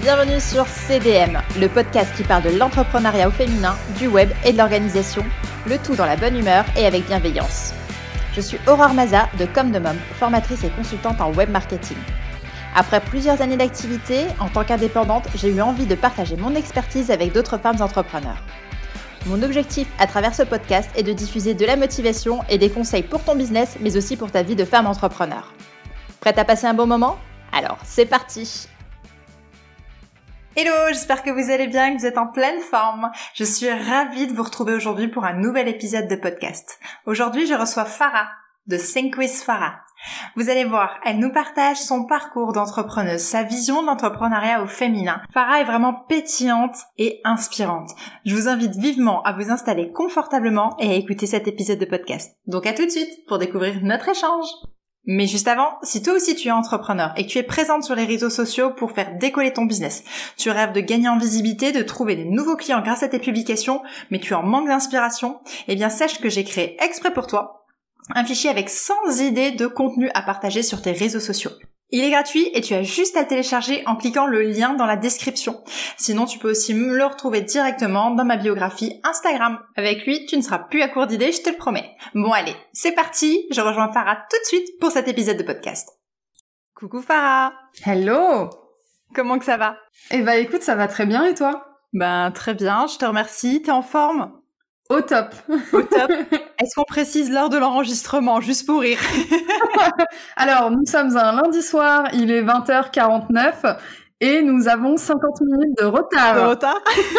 Bienvenue sur CDM, le podcast qui parle de l'entrepreneuriat au féminin, du web et de l'organisation, le tout dans la bonne humeur et avec bienveillance. Je suis Aurore Maza de Comme de Mom, formatrice et consultante en web marketing. Après plusieurs années d'activité, en tant qu'indépendante, j'ai eu envie de partager mon expertise avec d'autres femmes entrepreneurs. Mon objectif à travers ce podcast est de diffuser de la motivation et des conseils pour ton business, mais aussi pour ta vie de femme entrepreneur. Prête à passer un bon moment ? Alors, c'est parti ! Hello, j'espère que vous allez bien, que vous êtes en pleine forme. Je suis ravie de vous retrouver aujourd'hui pour un nouvel épisode de podcast. Aujourd'hui, je reçois Farah de Think with Farah. Vous allez voir, elle nous partage son parcours d'entrepreneuse, sa vision de l'entrepreneuriat au féminin. Farah est vraiment pétillante et inspirante. Je vous invite vivement à vous installer confortablement et à écouter cet épisode de podcast. Donc à tout de suite pour découvrir notre échange. Mais juste avant, si toi aussi tu es entrepreneur et que tu es présente sur les réseaux sociaux pour faire décoller ton business, tu rêves de gagner en visibilité, de trouver des nouveaux clients grâce à tes publications, mais tu en manques d'inspiration, eh bien sache que j'ai créé exprès pour toi un fichier avec 100 idées de contenu à partager sur tes réseaux sociaux. Il est gratuit et tu as juste à le télécharger en cliquant le lien dans la description. Sinon, tu peux aussi me le retrouver directement dans ma biographie Instagram. Avec lui, tu ne seras plus à court d'idées, je te le promets. Bon allez, c'est parti, je rejoins Farah tout de suite pour cet épisode de podcast. Coucou Farah. Hello. Comment que ça va ? Eh ben écoute, ça va très bien et toi ? Ben très bien, je te remercie. T'es en forme ? Au top. Au top. Est-ce qu'on précise l'heure de l'enregistrement, juste pour rire ? Alors, nous sommes un lundi soir, il est 20h49 et nous avons 50 minutes de retard. De retard ?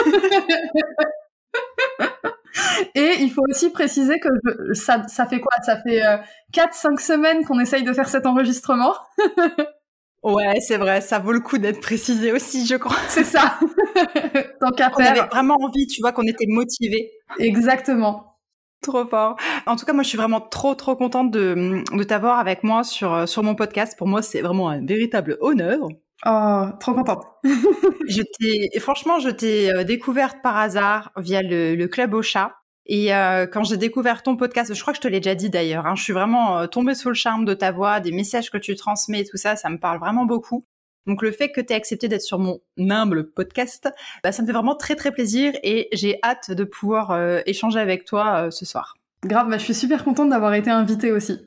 Et il faut aussi préciser que ça fait quoi ? Ça fait 4-5 semaines qu'on essaye de faire cet enregistrement. Ouais, c'est vrai, ça vaut le coup d'être précisé aussi, je crois. C'est ça. Tant qu'à On faire. avait vraiment envie, tu vois, qu'on était motivés. Exactement. Trop fort. En tout cas, moi, je suis vraiment trop contente de t'avoir avec moi sur mon podcast. Pour moi, c'est vraiment un véritable honneur. Oh, trop contente. Franchement, je t'ai découverte par hasard via le Club au Chat. Et quand j'ai découvert ton podcast, je crois que je te l'ai déjà dit d'ailleurs, je suis vraiment tombée sous le charme de ta voix, des messages que tu transmets et tout ça, ça me parle vraiment beaucoup. Donc le fait que tu aies accepté d'être sur mon humble podcast, ça me fait vraiment très plaisir et j'ai hâte de pouvoir échanger avec toi ce soir. Grave, je suis super contente d'avoir été invitée aussi.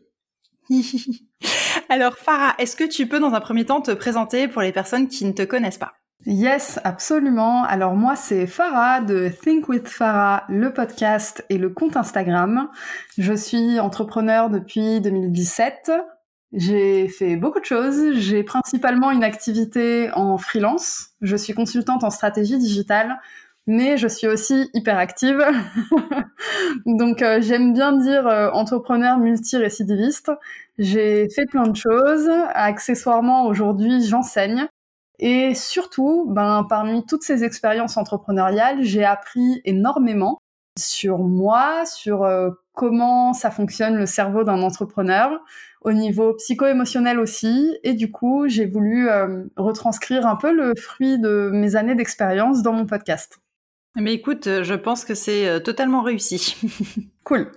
Alors Farah, est-ce que tu peux dans un premier temps te présenter pour les personnes qui ne te connaissent pas ? Yes, absolument. Alors moi, c'est Farah de Think with Farah, le podcast et le compte Instagram. Je suis entrepreneur depuis 2017. J'ai fait beaucoup de choses. J'ai principalement une activité en freelance. Je suis consultante en stratégie digitale, mais je suis aussi hyper active. Donc j'aime bien dire entrepreneur multirécidiviste. J'ai fait plein de choses. Accessoirement, aujourd'hui, j'enseigne. Et surtout, parmi toutes ces expériences entrepreneuriales, j'ai appris énormément sur moi, sur comment ça fonctionne le cerveau d'un entrepreneur, au niveau psycho-émotionnel aussi. Et du coup, j'ai voulu retranscrire un peu le fruit de mes années d'expérience dans mon podcast. Mais écoute, je pense que c'est totalement réussi. Cool.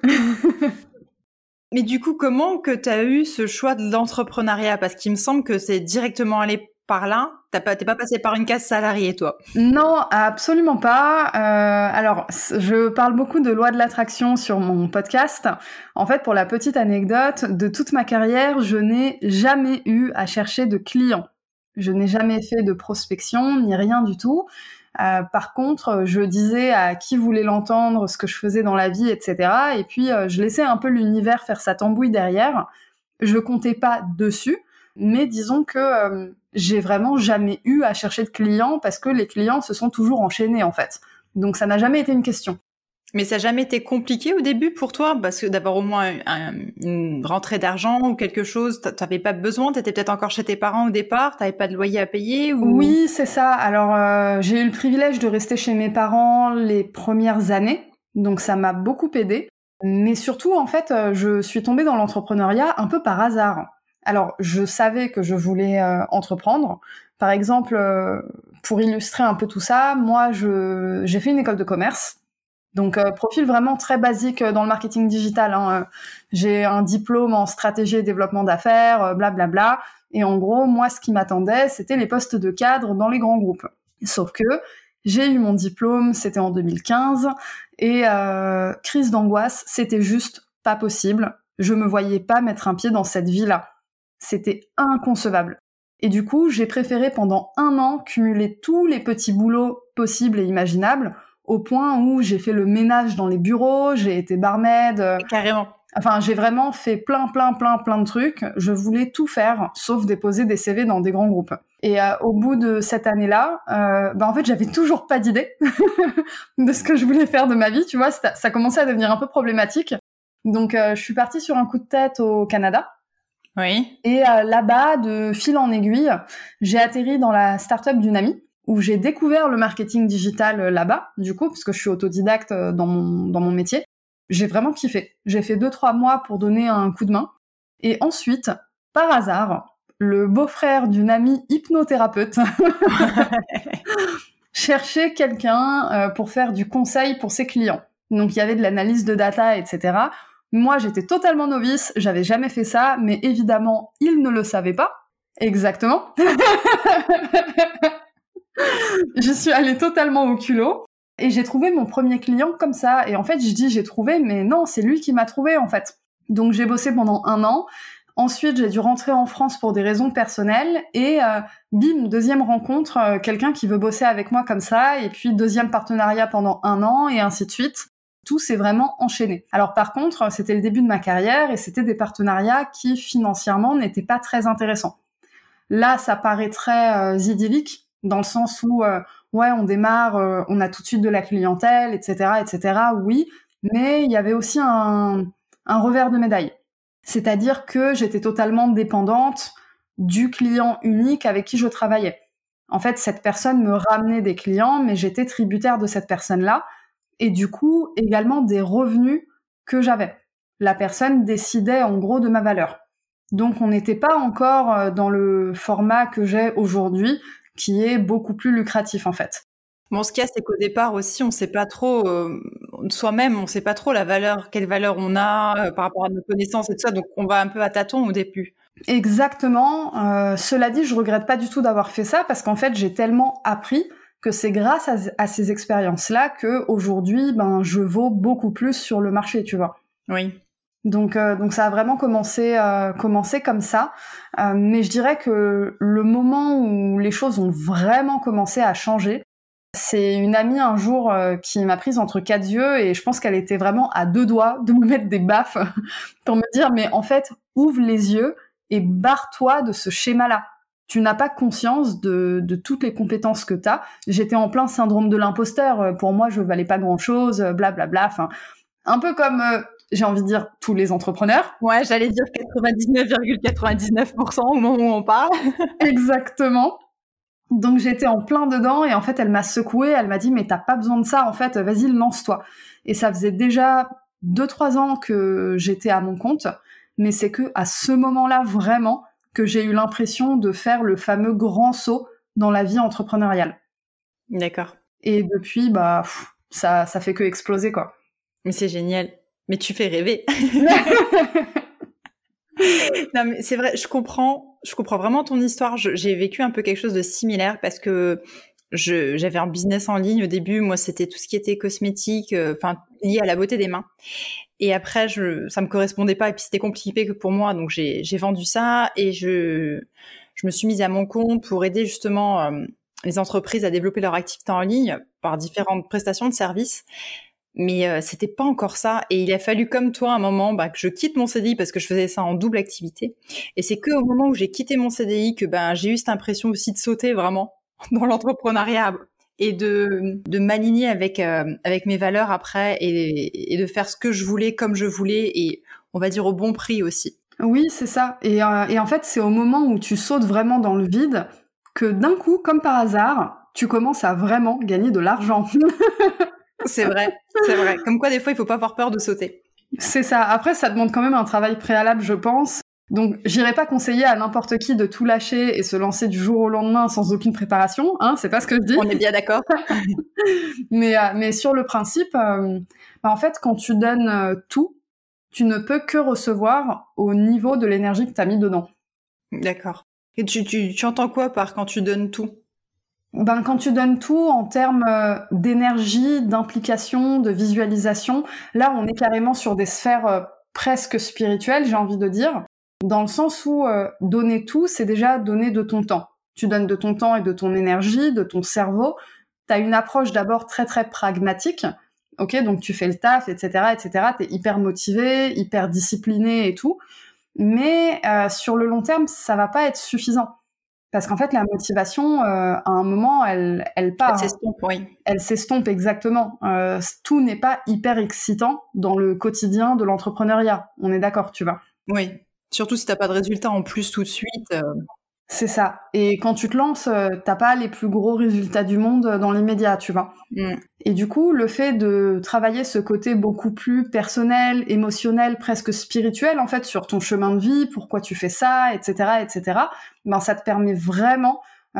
Mais du coup, comment que tu as eu ce choix de l'entrepreneuriat ? Parce qu'il me semble que c'est directement allé par là. T'es pas passé par une case salariée, toi ? Non, absolument pas. Alors, je parle beaucoup de loi de l'attraction sur mon podcast. En fait, pour la petite anecdote, de toute ma carrière, je n'ai jamais eu à chercher de clients. Je n'ai jamais fait de prospection, ni rien du tout. Par contre, je disais à qui voulait l'entendre ce que je faisais dans la vie, etc. Et puis, je laissais un peu l'univers faire sa tambouille derrière. Je comptais pas dessus. Mais disons que j'ai vraiment jamais eu à chercher de clients parce que les clients se sont toujours enchaînés en fait. Donc ça n'a jamais été une question. Mais ça n'a jamais été compliqué au début pour toi ? Parce que d'avoir au moins une rentrée d'argent ou quelque chose, t'avais pas besoin ? T'étais peut-être encore chez tes parents au départ ? T'avais pas de loyer à payer ou... Oui, c'est ça. Alors j'ai eu le privilège de rester chez mes parents les premières années. Donc ça m'a beaucoup aidée. Mais surtout en fait, je suis tombée dans l'entrepreneuriat un peu par hasard. Alors, je savais que je voulais entreprendre. Par exemple, pour illustrer un peu tout ça, moi, j'ai fait une école de commerce. Donc, profil vraiment très basique dans le marketing digital. Hein. J'ai un diplôme en stratégie et développement d'affaires, blablabla. Et en gros, moi, ce qui m'attendait, c'était les postes de cadre dans les grands groupes. Sauf que j'ai eu mon diplôme, c'était en 2015, et crise d'angoisse, c'était juste pas possible. Je me voyais pas mettre un pied dans cette vie-là. C'était inconcevable. Et du coup, j'ai préféré pendant 1 an cumuler tous les petits boulots possibles et imaginables, au point où j'ai fait le ménage dans les bureaux, j'ai été barmaid. Carrément. Enfin, j'ai vraiment fait plein de trucs. Je voulais tout faire, sauf déposer des CV dans des grands groupes. Et au bout de cette année-là, en fait, j'avais toujours pas d'idée de ce que je voulais faire de ma vie. Tu vois, ça commençait à devenir un peu problématique. Donc, je suis partie sur un coup de tête au Canada. Oui. Et là-bas, de fil en aiguille, j'ai atterri dans la start-up d'une amie, où j'ai découvert le marketing digital là-bas, du coup, parce que je suis autodidacte dans mon métier. J'ai vraiment kiffé. J'ai fait 2-3 mois pour donner un coup de main. Et ensuite, par hasard, le beau-frère d'une amie hypnothérapeute cherchait quelqu'un pour faire du conseil pour ses clients. Donc, il y avait de l'analyse de data, etc. Moi, j'étais totalement novice, j'avais jamais fait ça, mais évidemment, il ne le savait pas. Exactement. Je suis allée totalement au culot et j'ai trouvé mon premier client comme ça. Et en fait, je dis j'ai trouvé, mais non, c'est lui qui m'a trouvé en fait. Donc j'ai bossé pendant 1 an. Ensuite, j'ai dû rentrer en France pour des raisons personnelles et bim, deuxième rencontre, quelqu'un qui veut bosser avec moi comme ça. Et puis deuxième partenariat pendant 1 an et ainsi de suite. Tout s'est vraiment enchaîné. Alors par contre, c'était le début de ma carrière et c'était des partenariats qui financièrement n'étaient pas très intéressants. Là, ça paraît très idyllique, dans le sens où, on démarre, on a tout de suite de la clientèle, etc., oui, mais il y avait aussi un revers de médaille. C'est-à-dire que j'étais totalement dépendante du client unique avec qui je travaillais. En fait, cette personne me ramenait des clients, mais j'étais tributaire de cette personne-là, et du coup, également des revenus que j'avais. La personne décidait en gros de ma valeur. Donc, on n'était pas encore dans le format que j'ai aujourd'hui, qui est beaucoup plus lucratif en fait. Bon, ce qu'il y a, c'est qu'au départ aussi, on sait pas trop soi-même, on sait pas trop quelle valeur on a par rapport à nos connaissances et tout ça, donc on va un peu à tâtons au début. Exactement. Cela dit, je regrette pas du tout d'avoir fait ça parce qu'en fait, j'ai tellement appris que c'est grâce à ces expériences-là que aujourd'hui, je vaux beaucoup plus sur le marché, tu vois. Oui. Donc ça a vraiment commencé comme ça, mais je dirais que le moment où les choses ont vraiment commencé à changer, c'est une amie un jour qui m'a prise entre 4 yeux et je pense qu'elle était vraiment à 2 doigts de me mettre des baffes pour me dire mais en fait ouvre les yeux et barre-toi de ce schéma-là. Tu n'as pas conscience de toutes les compétences que t'as. J'étais en plein syndrome de l'imposteur. Pour moi, je valais pas grand-chose, blablabla. Enfin, un peu comme j'ai envie de dire tous les entrepreneurs. Ouais, j'allais dire 99,99% au moment où on parle. Exactement. Donc j'étais en plein dedans et en fait elle m'a secouée, elle m'a dit mais t'as pas besoin de ça en fait, vas-y lance-toi. Et ça faisait déjà 2-3 ans que j'étais à mon compte, mais c'est que à ce moment-là vraiment que j'ai eu l'impression de faire le fameux grand saut dans la vie entrepreneuriale. D'accord. Et depuis ça fait que exploser quoi. Mais c'est génial. Mais tu fais rêver. Non, mais c'est vrai, je comprends vraiment ton histoire. J'ai vécu un peu quelque chose de similaire parce que j'avais un business en ligne au début. Moi, c'était tout ce qui était cosmétique, lié à la beauté des mains. Et après, ça me correspondait pas et puis c'était compliqué que pour moi. Donc, j'ai vendu ça et je me suis mise à mon compte pour aider justement les entreprises à développer leur activité en ligne par différentes prestations de services. Mais c'était pas encore ça et il a fallu comme toi un moment que je quitte mon CDI parce que je faisais ça en double activité et c'est qu'au moment où j'ai quitté mon CDI que j'ai eu cette impression aussi de sauter vraiment dans l'entrepreneuriat et de m'aligner avec mes valeurs après et de faire ce que je voulais comme je voulais et on va dire au bon prix aussi. Oui, c'est ça. Et en fait, c'est au moment où tu sautes vraiment dans le vide que d'un coup, comme par hasard, tu commences à vraiment gagner de l'argent. C'est vrai. Comme quoi, des fois, il faut pas avoir peur de sauter. C'est ça. Après, ça demande quand même un travail préalable, je pense. Donc, j'irai pas conseiller à n'importe qui de tout lâcher et se lancer du jour au lendemain sans aucune préparation, hein, c'est pas ce que je dis. On est bien d'accord. Mais sur le principe, en fait, quand tu donnes tout, tu ne peux que recevoir au niveau de l'énergie que tu as mis dedans. D'accord. Et tu entends quoi par quand tu donnes tout ? Quand tu donnes tout en termes d'énergie, d'implication, de visualisation, là, on est carrément sur des sphères presque spirituelles, j'ai envie de dire, dans le sens où donner tout, c'est déjà donner de ton temps. Tu donnes de ton temps et de ton énergie, de ton cerveau. Tu as une approche d'abord très, très pragmatique. Ok, donc tu fais le taf, etc., etc. T'es hyper motivé, hyper discipliné et tout. Mais sur le long terme, ça va pas être suffisant. Parce qu'en fait, la motivation, à un moment, elle part. Elle s'estompe, oui. Elle s'estompe, exactement. Tout n'est pas hyper excitant dans le quotidien de l'entrepreneuriat. On est d'accord, tu vois. Oui, surtout si t'as pas de résultats en plus tout de suite. C'est ça. Et quand tu te lances, t'as pas les plus gros résultats du monde dans l'immédiat, tu vois. Et du coup, le fait de travailler ce côté beaucoup plus personnel, émotionnel, presque spirituel, en fait, sur ton chemin de vie, pourquoi tu fais ça, etc., etc., ça te permet vraiment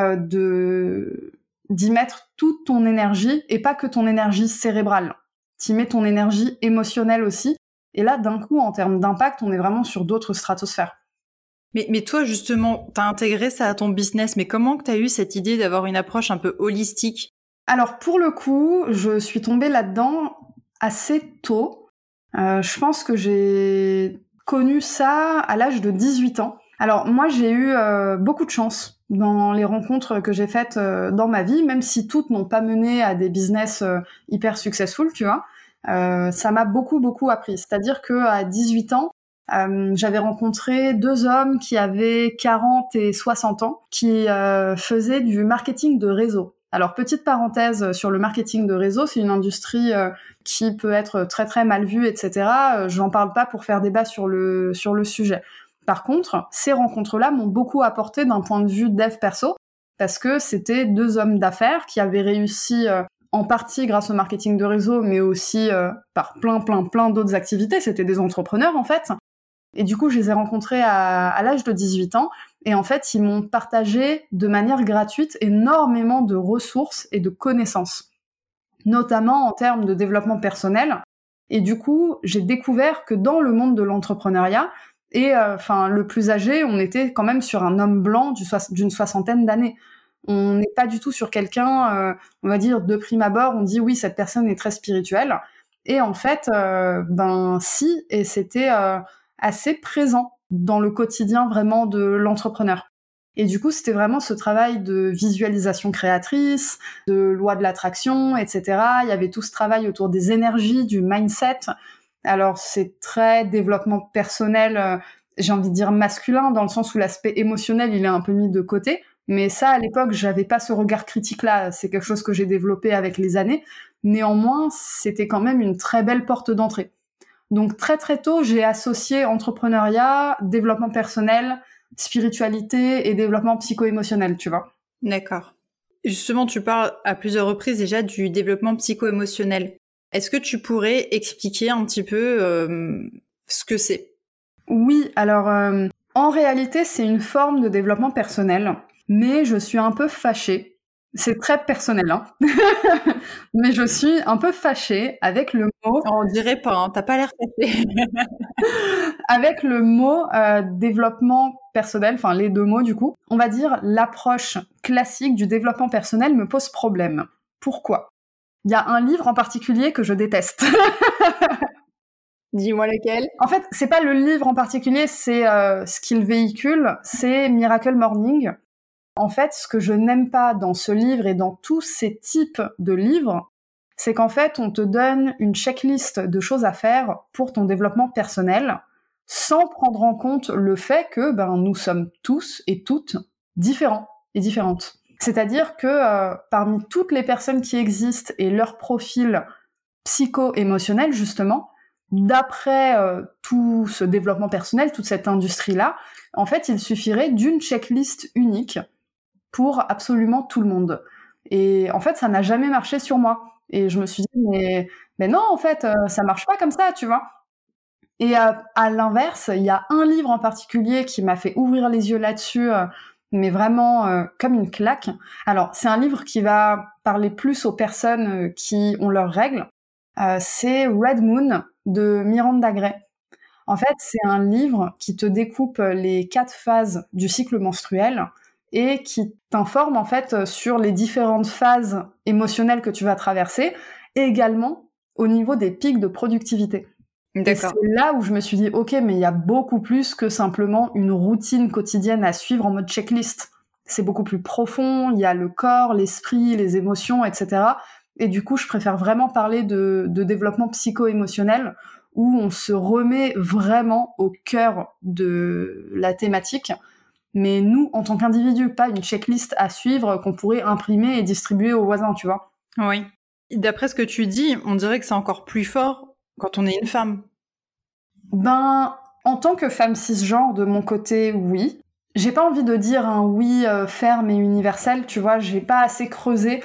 d'y mettre toute ton énergie, et pas que ton énergie cérébrale. T'y mets ton énergie émotionnelle aussi. Et là, d'un coup, en termes d'impact, on est vraiment sur d'autres stratosphères. Mais toi, justement, t'as intégré ça à ton business, mais comment que t'as eu cette idée d'avoir une approche un peu holistique ? Alors, pour le coup, je suis tombée là-dedans assez tôt. Je pense que j'ai connu ça à l'âge de 18 ans. Alors, moi, j'ai eu beaucoup de chance dans les rencontres que j'ai faites dans ma vie, même si toutes n'ont pas mené à des business hyper successful, tu vois. Ça m'a beaucoup, beaucoup appris. C'est-à-dire qu'à 18 ans, j'avais rencontré 2 hommes qui avaient 40 et 60 ans, qui faisaient du marketing de réseau. Alors, petite parenthèse sur le marketing de réseau, c'est une industrie qui peut être très très mal vue, etc. J'en parle pas pour faire débat sur le sujet. Par contre, ces rencontres-là m'ont beaucoup apporté d'un point de vue dev perso, parce que c'était 2 hommes d'affaires qui avaient réussi en partie grâce au marketing de réseau, mais aussi par plein d'autres activités. C'était des entrepreneurs, en fait. Et du coup, je les ai rencontrés à l'âge de 18 ans. Et en fait, ils m'ont partagé de manière gratuite énormément de ressources et de connaissances, notamment en termes de développement personnel. Et du coup, j'ai découvert que dans le monde de l'entrepreneuriat, et le plus âgé, on était quand même sur un homme blanc d'une 60aine d'années. On n'est pas du tout sur quelqu'un, on va dire, de prime abord, on dit oui, cette personne est très spirituelle. Et en fait, si, et c'était assez présent dans le quotidien vraiment de l'entrepreneur. Et du coup, c'était vraiment ce travail de visualisation créatrice, de loi de l'attraction, etc. Il y avait tout ce travail autour des énergies, du mindset. Alors, c'est très développement personnel, j'ai envie de dire masculin, dans le sens où l'aspect émotionnel, il est un peu mis de côté. Mais ça, à l'époque, j'avais pas ce regard critique-là. C'est quelque chose que j'ai développé avec les années. Néanmoins, c'était quand même une très belle porte d'entrée. Donc très très tôt, j'ai associé entrepreneuriat, développement personnel, spiritualité et développement psycho-émotionnel, tu vois. D'accord. Justement, tu parles à plusieurs reprises déjà du développement psycho-émotionnel. Est-ce que tu pourrais expliquer un petit peu ce que c'est ? Oui, alors en réalité, c'est une forme de développement personnel, mais je suis un peu fâchée. C'est très personnel, hein. Mais je suis un peu fâchée avec le mot... On dirait pas, hein, t'as pas l'air fâchée. Avec le mot développement personnel, enfin les 2 mots du coup, on va dire l'approche classique du développement personnel me pose problème. Pourquoi ? Il y a un livre en particulier que je déteste. Dis-moi lequel. En fait, c'est pas le livre en particulier, c'est ce qu'il véhicule, c'est Miracle Morning. En fait, ce que je n'aime pas dans ce livre et dans tous ces types de livres, c'est qu'en fait, on te donne une checklist de choses à faire pour ton développement personnel, sans prendre en compte le fait que nous sommes tous et toutes différents et différentes. C'est-à-dire que parmi toutes les personnes qui existent et leur profil psycho-émotionnel, justement, d'après tout ce développement personnel, toute cette industrie-là, en fait, il suffirait d'une checklist unique pour absolument tout le monde. Et en fait, ça n'a jamais marché sur moi. Et je me suis dit, mais non, en fait, ça marche pas comme ça, tu vois. Et à l'inverse, il y a un livre en particulier qui m'a fait ouvrir les yeux là-dessus, mais vraiment comme une claque. Alors, c'est un livre qui va parler plus aux personnes qui ont leurs règles. C'est Red Moon de Miranda Gray. En fait, c'est un livre qui te découpe les 4 phases du cycle menstruel et qui t'informe en fait sur les différentes phases émotionnelles que tu vas traverser et également au niveau des pics de productivité. Et c'est là où je me suis dit, ok, mais il y a beaucoup plus que simplement une routine quotidienne à suivre en mode checklist. C'est beaucoup plus profond, il y a le corps, l'esprit, les émotions, etc. Et du coup, je préfère vraiment parler de développement psycho-émotionnel où on se remet vraiment au cœur de la thématique. Mais nous, en tant qu'individu, pas une checklist à suivre qu'on pourrait imprimer et distribuer aux voisins, tu vois. Oui. D'après ce que tu dis, on dirait que c'est encore plus fort quand on est une femme. Ben, en tant que femme cisgenre, de mon côté, oui. J'ai pas envie de dire un oui ferme et universel, tu vois, j'ai pas assez creusé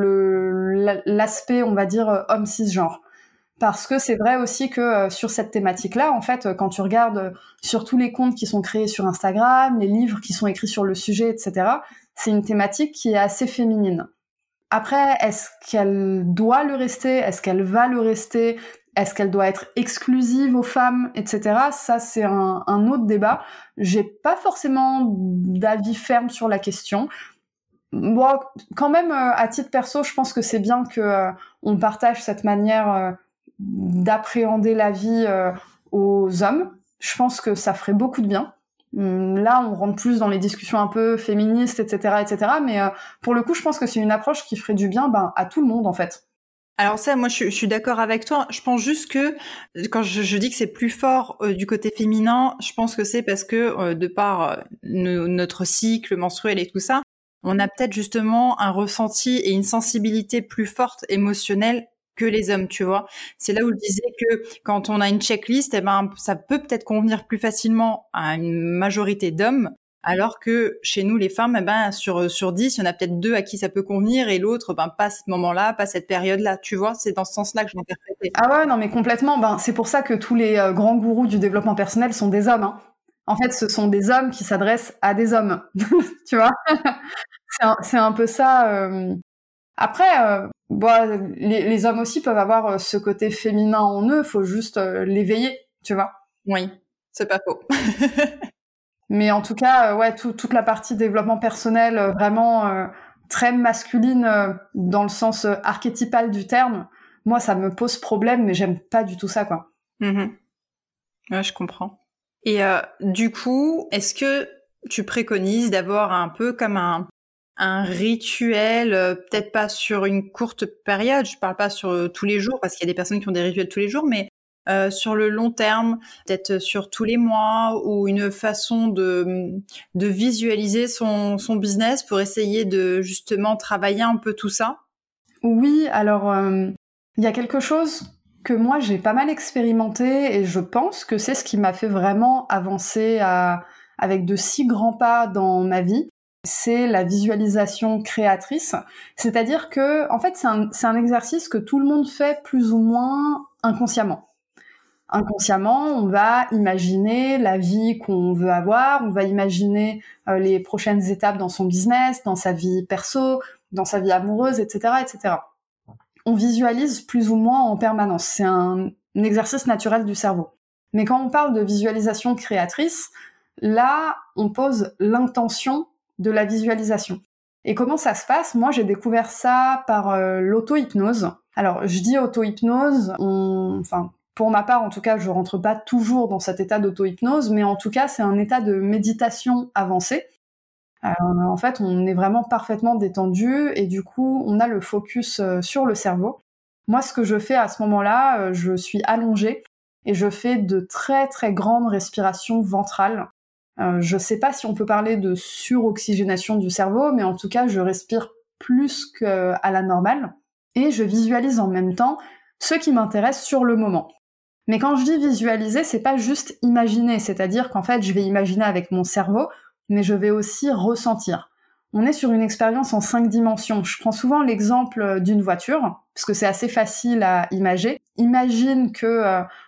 l'aspect, on va dire, homme cisgenre. Parce que c'est vrai aussi que sur cette thématique-là, en fait, quand tu regardes sur tous les comptes qui sont créés sur Instagram, les livres qui sont écrits sur le sujet, etc., c'est une thématique qui est assez féminine. Après, est-ce qu'elle doit le rester? Est-ce qu'elle va le rester? Est-ce qu'elle doit être exclusive aux femmes, etc. Ça, c'est un autre débat. J'ai pas forcément d'avis ferme sur la question. Bon, quand même, à titre perso, je pense que c'est bien que on partage cette manière d'appréhender la vie aux hommes. Je pense que ça ferait beaucoup de bien. Là, on rentre plus dans les discussions un peu féministes, etc., etc. Mais pour le coup, je pense que c'est une approche qui ferait du bien à tout le monde, en fait. Alors ça, moi, je suis d'accord avec toi. Je pense juste que quand je dis que c'est plus fort du côté féminin, je pense que c'est parce que de par notre cycle menstruel et tout ça, on a peut-être justement un ressenti et une sensibilité plus forte émotionnelle que les hommes, tu vois. C'est là où je disais que quand on a une checklist, eh ben, ça peut peut-être convenir plus facilement à une majorité d'hommes, alors que chez nous, les femmes, eh ben, sur 10, il y en a peut-être 2 à qui ça peut convenir et l'autre, ben, pas à ce moment-là, pas cette période-là, tu vois. C'est dans ce sens-là que je l'interprétais. Ah ouais, non, mais complètement. Ben, c'est pour ça que tous les grands gourous du développement personnel sont des hommes, hein. En fait, ce sont des hommes qui s'adressent à des hommes, tu vois. C'est un peu ça. Après, bon, les hommes aussi peuvent avoir ce côté féminin en eux, faut juste l'éveiller, tu vois. Oui, c'est pas faux. Mais en tout cas, ouais, toute la partie développement personnel, vraiment très masculine dans le sens archétypal du terme, moi, ça me pose problème, mais j'aime pas du tout ça, quoi. Ouais, je comprends. Et du coup, est-ce que tu préconises d'avoir un peu comme un rituel, peut-être pas sur une courte période, je parle pas sur tous les jours, parce qu'il y a des personnes qui ont des rituels tous les jours, mais sur le long terme, peut-être sur tous les mois, ou une façon de visualiser son business pour essayer de justement travailler un peu tout ça? Oui, alors il y a quelque chose que moi j'ai pas mal expérimenté et je pense que c'est ce qui m'a fait vraiment avancer avec de si grands pas dans ma vie. C'est la visualisation créatrice. C'est-à-dire que, en fait, c'est un exercice que tout le monde fait plus ou moins inconsciemment. Inconsciemment, on va imaginer la vie qu'on veut avoir, on va imaginer les prochaines étapes dans son business, dans sa vie perso, dans sa vie amoureuse, etc., etc. On visualise plus ou moins en permanence. C'est un exercice naturel du cerveau. Mais quand on parle de visualisation créatrice, là, on pose l'intention de la visualisation. Et comment ça se passe? Moi, j'ai découvert ça par l'auto-hypnose. Alors, je dis auto-hypnose, pour ma part, en tout cas, je rentre pas toujours dans cet état d'auto-hypnose, mais en tout cas, c'est un état de méditation avancée. En fait, on est vraiment parfaitement détendu et du coup, on a le focus sur le cerveau. Moi, ce que je fais à ce moment-là, je suis allongée et je fais de très très grandes respirations ventrales. Je sais pas si on peut parler de suroxygénation du cerveau, mais en tout cas, je respire plus qu'à la normale et je visualise en même temps ce qui m'intéresse sur le moment. Mais quand je dis visualiser, c'est pas juste imaginer, c'est-à-dire qu'en fait, je vais imaginer avec mon cerveau, mais je vais aussi ressentir. On est sur une expérience en 5 dimensions. Je prends souvent l'exemple d'une voiture, parce que c'est assez facile à imager. Imagine que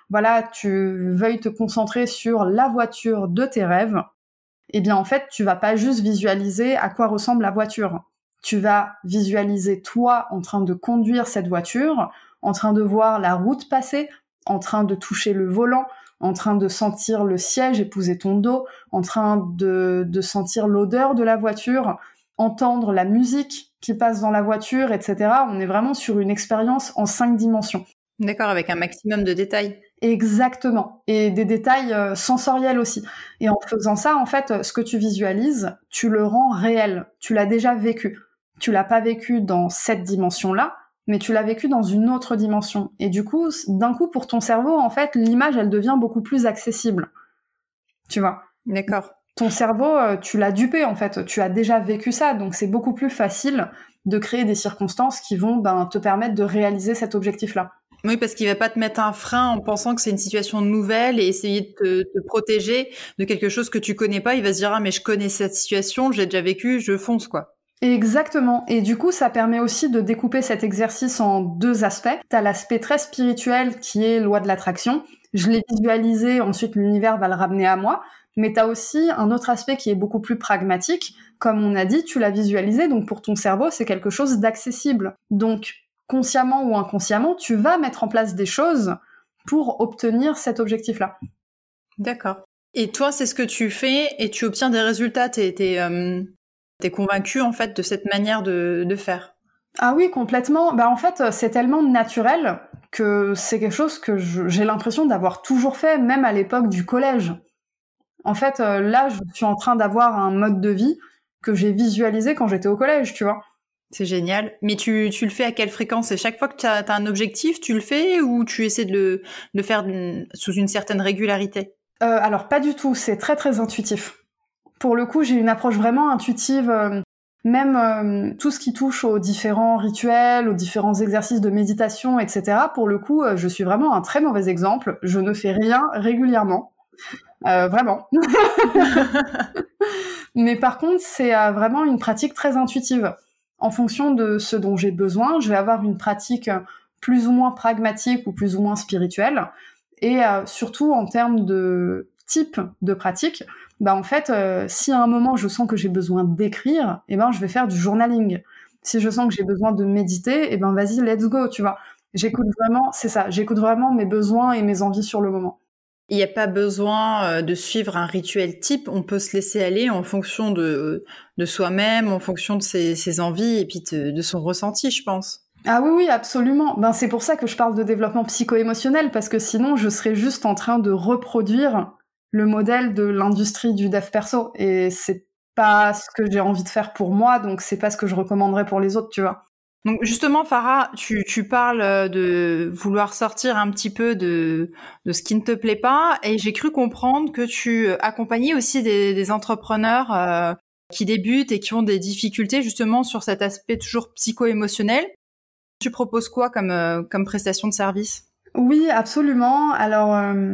voilà, tu veuilles te concentrer sur la voiture de tes rêves, eh bien en fait, tu vas pas juste visualiser à quoi ressemble la voiture. Tu vas visualiser toi en train de conduire cette voiture, en train de voir la route passer, en train de toucher le volant, en train de sentir le siège épouser ton dos, en train de sentir l'odeur de la voiture, entendre la musique qui passe dans la voiture, etc. On est vraiment sur une expérience en 5 dimensions. D'accord, avec un maximum de détails. Exactement. Et des détails sensoriels aussi. Et en faisant ça, en fait, ce que tu visualises, tu le rends réel. Tu l'as déjà vécu. Tu l'as pas vécu dans cette dimension-là, mais tu l'as vécu dans une autre dimension. Et du coup, d'un coup, pour ton cerveau, en fait, l'image, elle devient beaucoup plus accessible. Tu vois ? D'accord. Ton cerveau, tu l'as dupé, en fait. Tu as déjà vécu ça, donc c'est beaucoup plus facile de créer des circonstances qui vont te permettre de réaliser cet objectif-là. Oui, parce qu'il va pas te mettre un frein en pensant que c'est une situation nouvelle et essayer de te protéger de quelque chose que tu connais pas. Il va se dire, ah, mais je connais cette situation, j'ai déjà vécu, je fonce, quoi. Exactement. Et du coup, ça permet aussi de découper cet exercice en 2 aspects. T'as l'aspect très spirituel qui est loi de l'attraction. Je l'ai visualisé, ensuite l'univers va le ramener à moi. Mais t'as aussi un autre aspect qui est beaucoup plus pragmatique. Comme on a dit, tu l'as visualisé, donc pour ton cerveau, c'est quelque chose d'accessible. Donc, consciemment ou inconsciemment, tu vas mettre en place des choses pour obtenir cet objectif-là. D'accord. Et toi, c'est ce que tu fais et tu obtiens des résultats. T'es convaincu, en fait, de cette manière de faire? Ah oui, complètement. En fait, c'est tellement naturel que c'est quelque chose que j'ai l'impression d'avoir toujours fait, même à l'époque du collège. En fait, là, je suis en train d'avoir un mode de vie que j'ai visualisé quand j'étais au collège, tu vois. C'est génial. Mais tu le fais à quelle fréquence? Et chaque fois que t'as un objectif, tu le fais ou tu essaies de le faire sous une certaine régularité? Alors, pas du tout. C'est très, très intuitif. Pour le coup, j'ai une approche vraiment intuitive. Même tout ce qui touche aux différents rituels, aux différents exercices de méditation, etc. Pour le coup, je suis vraiment un très mauvais exemple. Je ne fais rien régulièrement. Vraiment. Mais par contre, c'est vraiment une pratique très intuitive. En fonction de ce dont j'ai besoin, je vais avoir une pratique plus ou moins pragmatique ou plus ou moins spirituelle. Et surtout en termes de type de pratique, en fait, si à un moment je sens que j'ai besoin d'écrire, je vais faire du journaling. Si je sens que j'ai besoin de méditer, vas-y, let's go, tu vois. J'écoute vraiment mes besoins et mes envies sur le moment. Il n'y a pas besoin de suivre un rituel type, on peut se laisser aller en fonction de soi-même, en fonction de ses envies et puis de son ressenti, je pense. Ah oui, absolument. C'est pour ça que je parle de développement psycho-émotionnel, parce que sinon je serais juste en train de reproduire le modèle de l'industrie du dev perso, et c'est pas ce que j'ai envie de faire pour moi, donc c'est pas ce que je recommanderais pour les autres, tu vois. Donc justement, Farah, tu parles de vouloir sortir un petit peu de ce qui ne te plaît pas, et j'ai cru comprendre que tu accompagnais aussi des entrepreneurs qui débutent et qui ont des difficultés justement sur cet aspect toujours psycho-émotionnel. Tu proposes quoi comme prestation de service? Oui, absolument. Alors,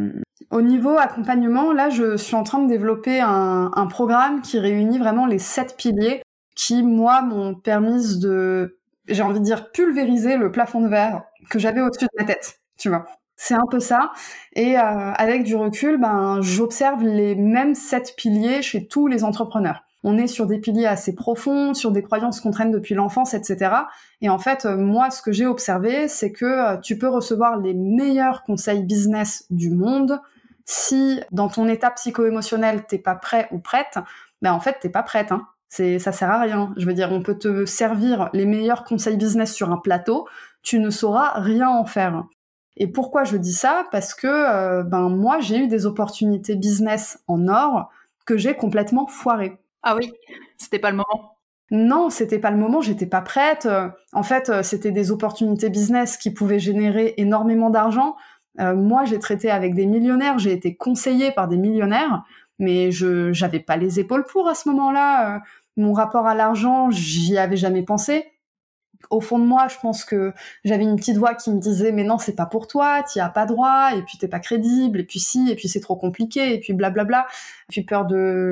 au niveau accompagnement, là, je suis en train de développer un programme qui réunit vraiment les 7 piliers qui, moi, m'ont permis de, j'ai envie de dire, pulvériser le plafond de verre que j'avais au-dessus de ma tête, tu vois. C'est un peu ça. Et avec du recul, j'observe les mêmes 7 piliers chez tous les entrepreneurs. On est sur des piliers assez profonds, sur des croyances qu'on traîne depuis l'enfance, etc. Et en fait, moi, ce que j'ai observé, c'est que tu peux recevoir les meilleurs conseils business du monde. Si, dans ton état psycho-émotionnel, t'es pas prêt ou prête, en fait, t'es pas prête, hein. Ça sert à rien. Je veux dire, on peut te servir les meilleurs conseils business sur un plateau, tu ne sauras rien en faire. Et pourquoi je dis ça? Parce que, moi, j'ai eu des opportunités business en or que j'ai complètement foirées. Ah oui, c'était pas le moment. Non, c'était pas le moment, j'étais pas prête. En fait, c'était des opportunités business qui pouvaient générer énormément d'argent. Moi, j'ai traité avec des millionnaires, j'ai été conseillée par des millionnaires, mais j'avais pas les épaules pour à ce moment-là. Mon rapport à l'argent, j'y avais jamais pensé. Au fond de moi, je pense que j'avais une petite voix qui me disait « Mais non, c'est pas pour toi, t'y as pas droit, et puis t'es pas crédible, et puis si, et puis c'est trop compliqué, et puis blablabla. » Et puis peur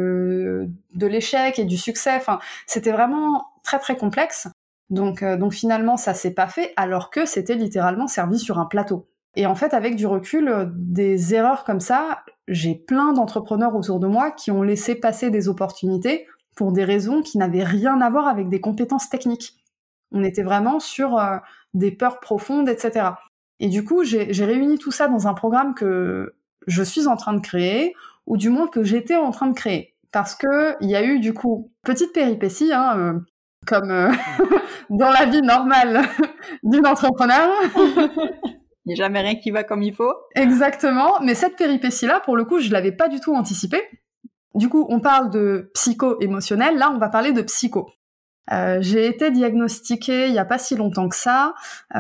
de l'échec et du succès. Enfin, c'était vraiment très très complexe. Donc finalement, ça s'est pas fait, alors que c'était littéralement servi sur un plateau. Et en fait, avec du recul, des erreurs comme ça, j'ai plein d'entrepreneurs autour de moi qui ont laissé passer des opportunités pour des raisons qui n'avaient rien à voir avec des compétences techniques. On était vraiment sur des peurs profondes, etc. Et du coup, j'ai réuni tout ça dans un programme que je suis en train de créer, ou du moins que j'étais en train de créer. Parce que il y a eu, du coup, petite péripétie, comme dans la vie normale d'une entrepreneur. Il n'y a jamais rien qui va comme il faut. Exactement, mais cette péripétie-là, pour le coup, je l'avais pas du tout anticipée. Du coup, on parle de psycho-émotionnel, là, on va parler de psycho. J'ai été diagnostiquée il y a pas si longtemps que ça,